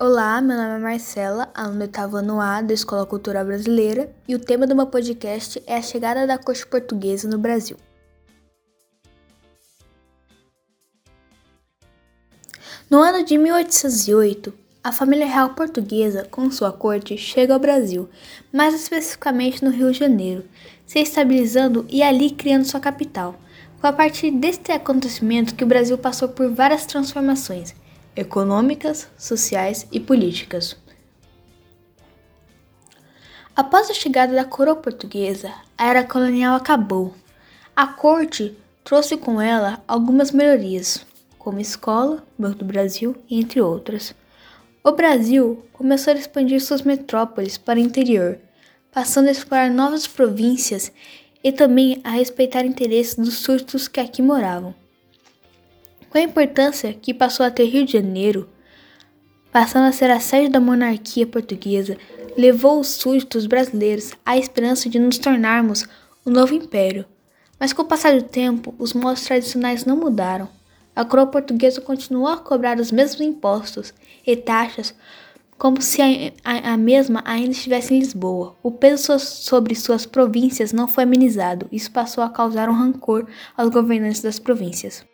Olá, meu nome é Marcela, aluna do oitavo ano A da Escola Cultural Brasileira, e o tema do meu podcast é a chegada da corte portuguesa no Brasil. No ano de 1808, a família real portuguesa, com sua corte, chega ao Brasil, mais especificamente no Rio de Janeiro, se estabilizando e ali criando sua capital. Foi a partir deste acontecimento que o Brasil passou por várias transformações econômicas, sociais e políticas. Após a chegada da coroa portuguesa, a era colonial acabou. A corte trouxe com ela algumas melhorias, como escola, Banco do Brasil, entre outras. O Brasil começou a expandir suas metrópoles para o interior, passando a explorar novas províncias e também a respeitar interesses dos súditos que aqui moravam. Com a importância que passou a ter Rio de Janeiro, passando a ser a sede da monarquia portuguesa, levou os súditos brasileiros à esperança de nos tornarmos o novo império. Mas com o passar do tempo, os modos tradicionais não mudaram. A coroa portuguesa continuou a cobrar os mesmos impostos e taxas como se a mesma ainda estivesse em Lisboa. O peso sobre suas províncias não foi amenizado. Isso passou a causar um rancor aos governantes das províncias.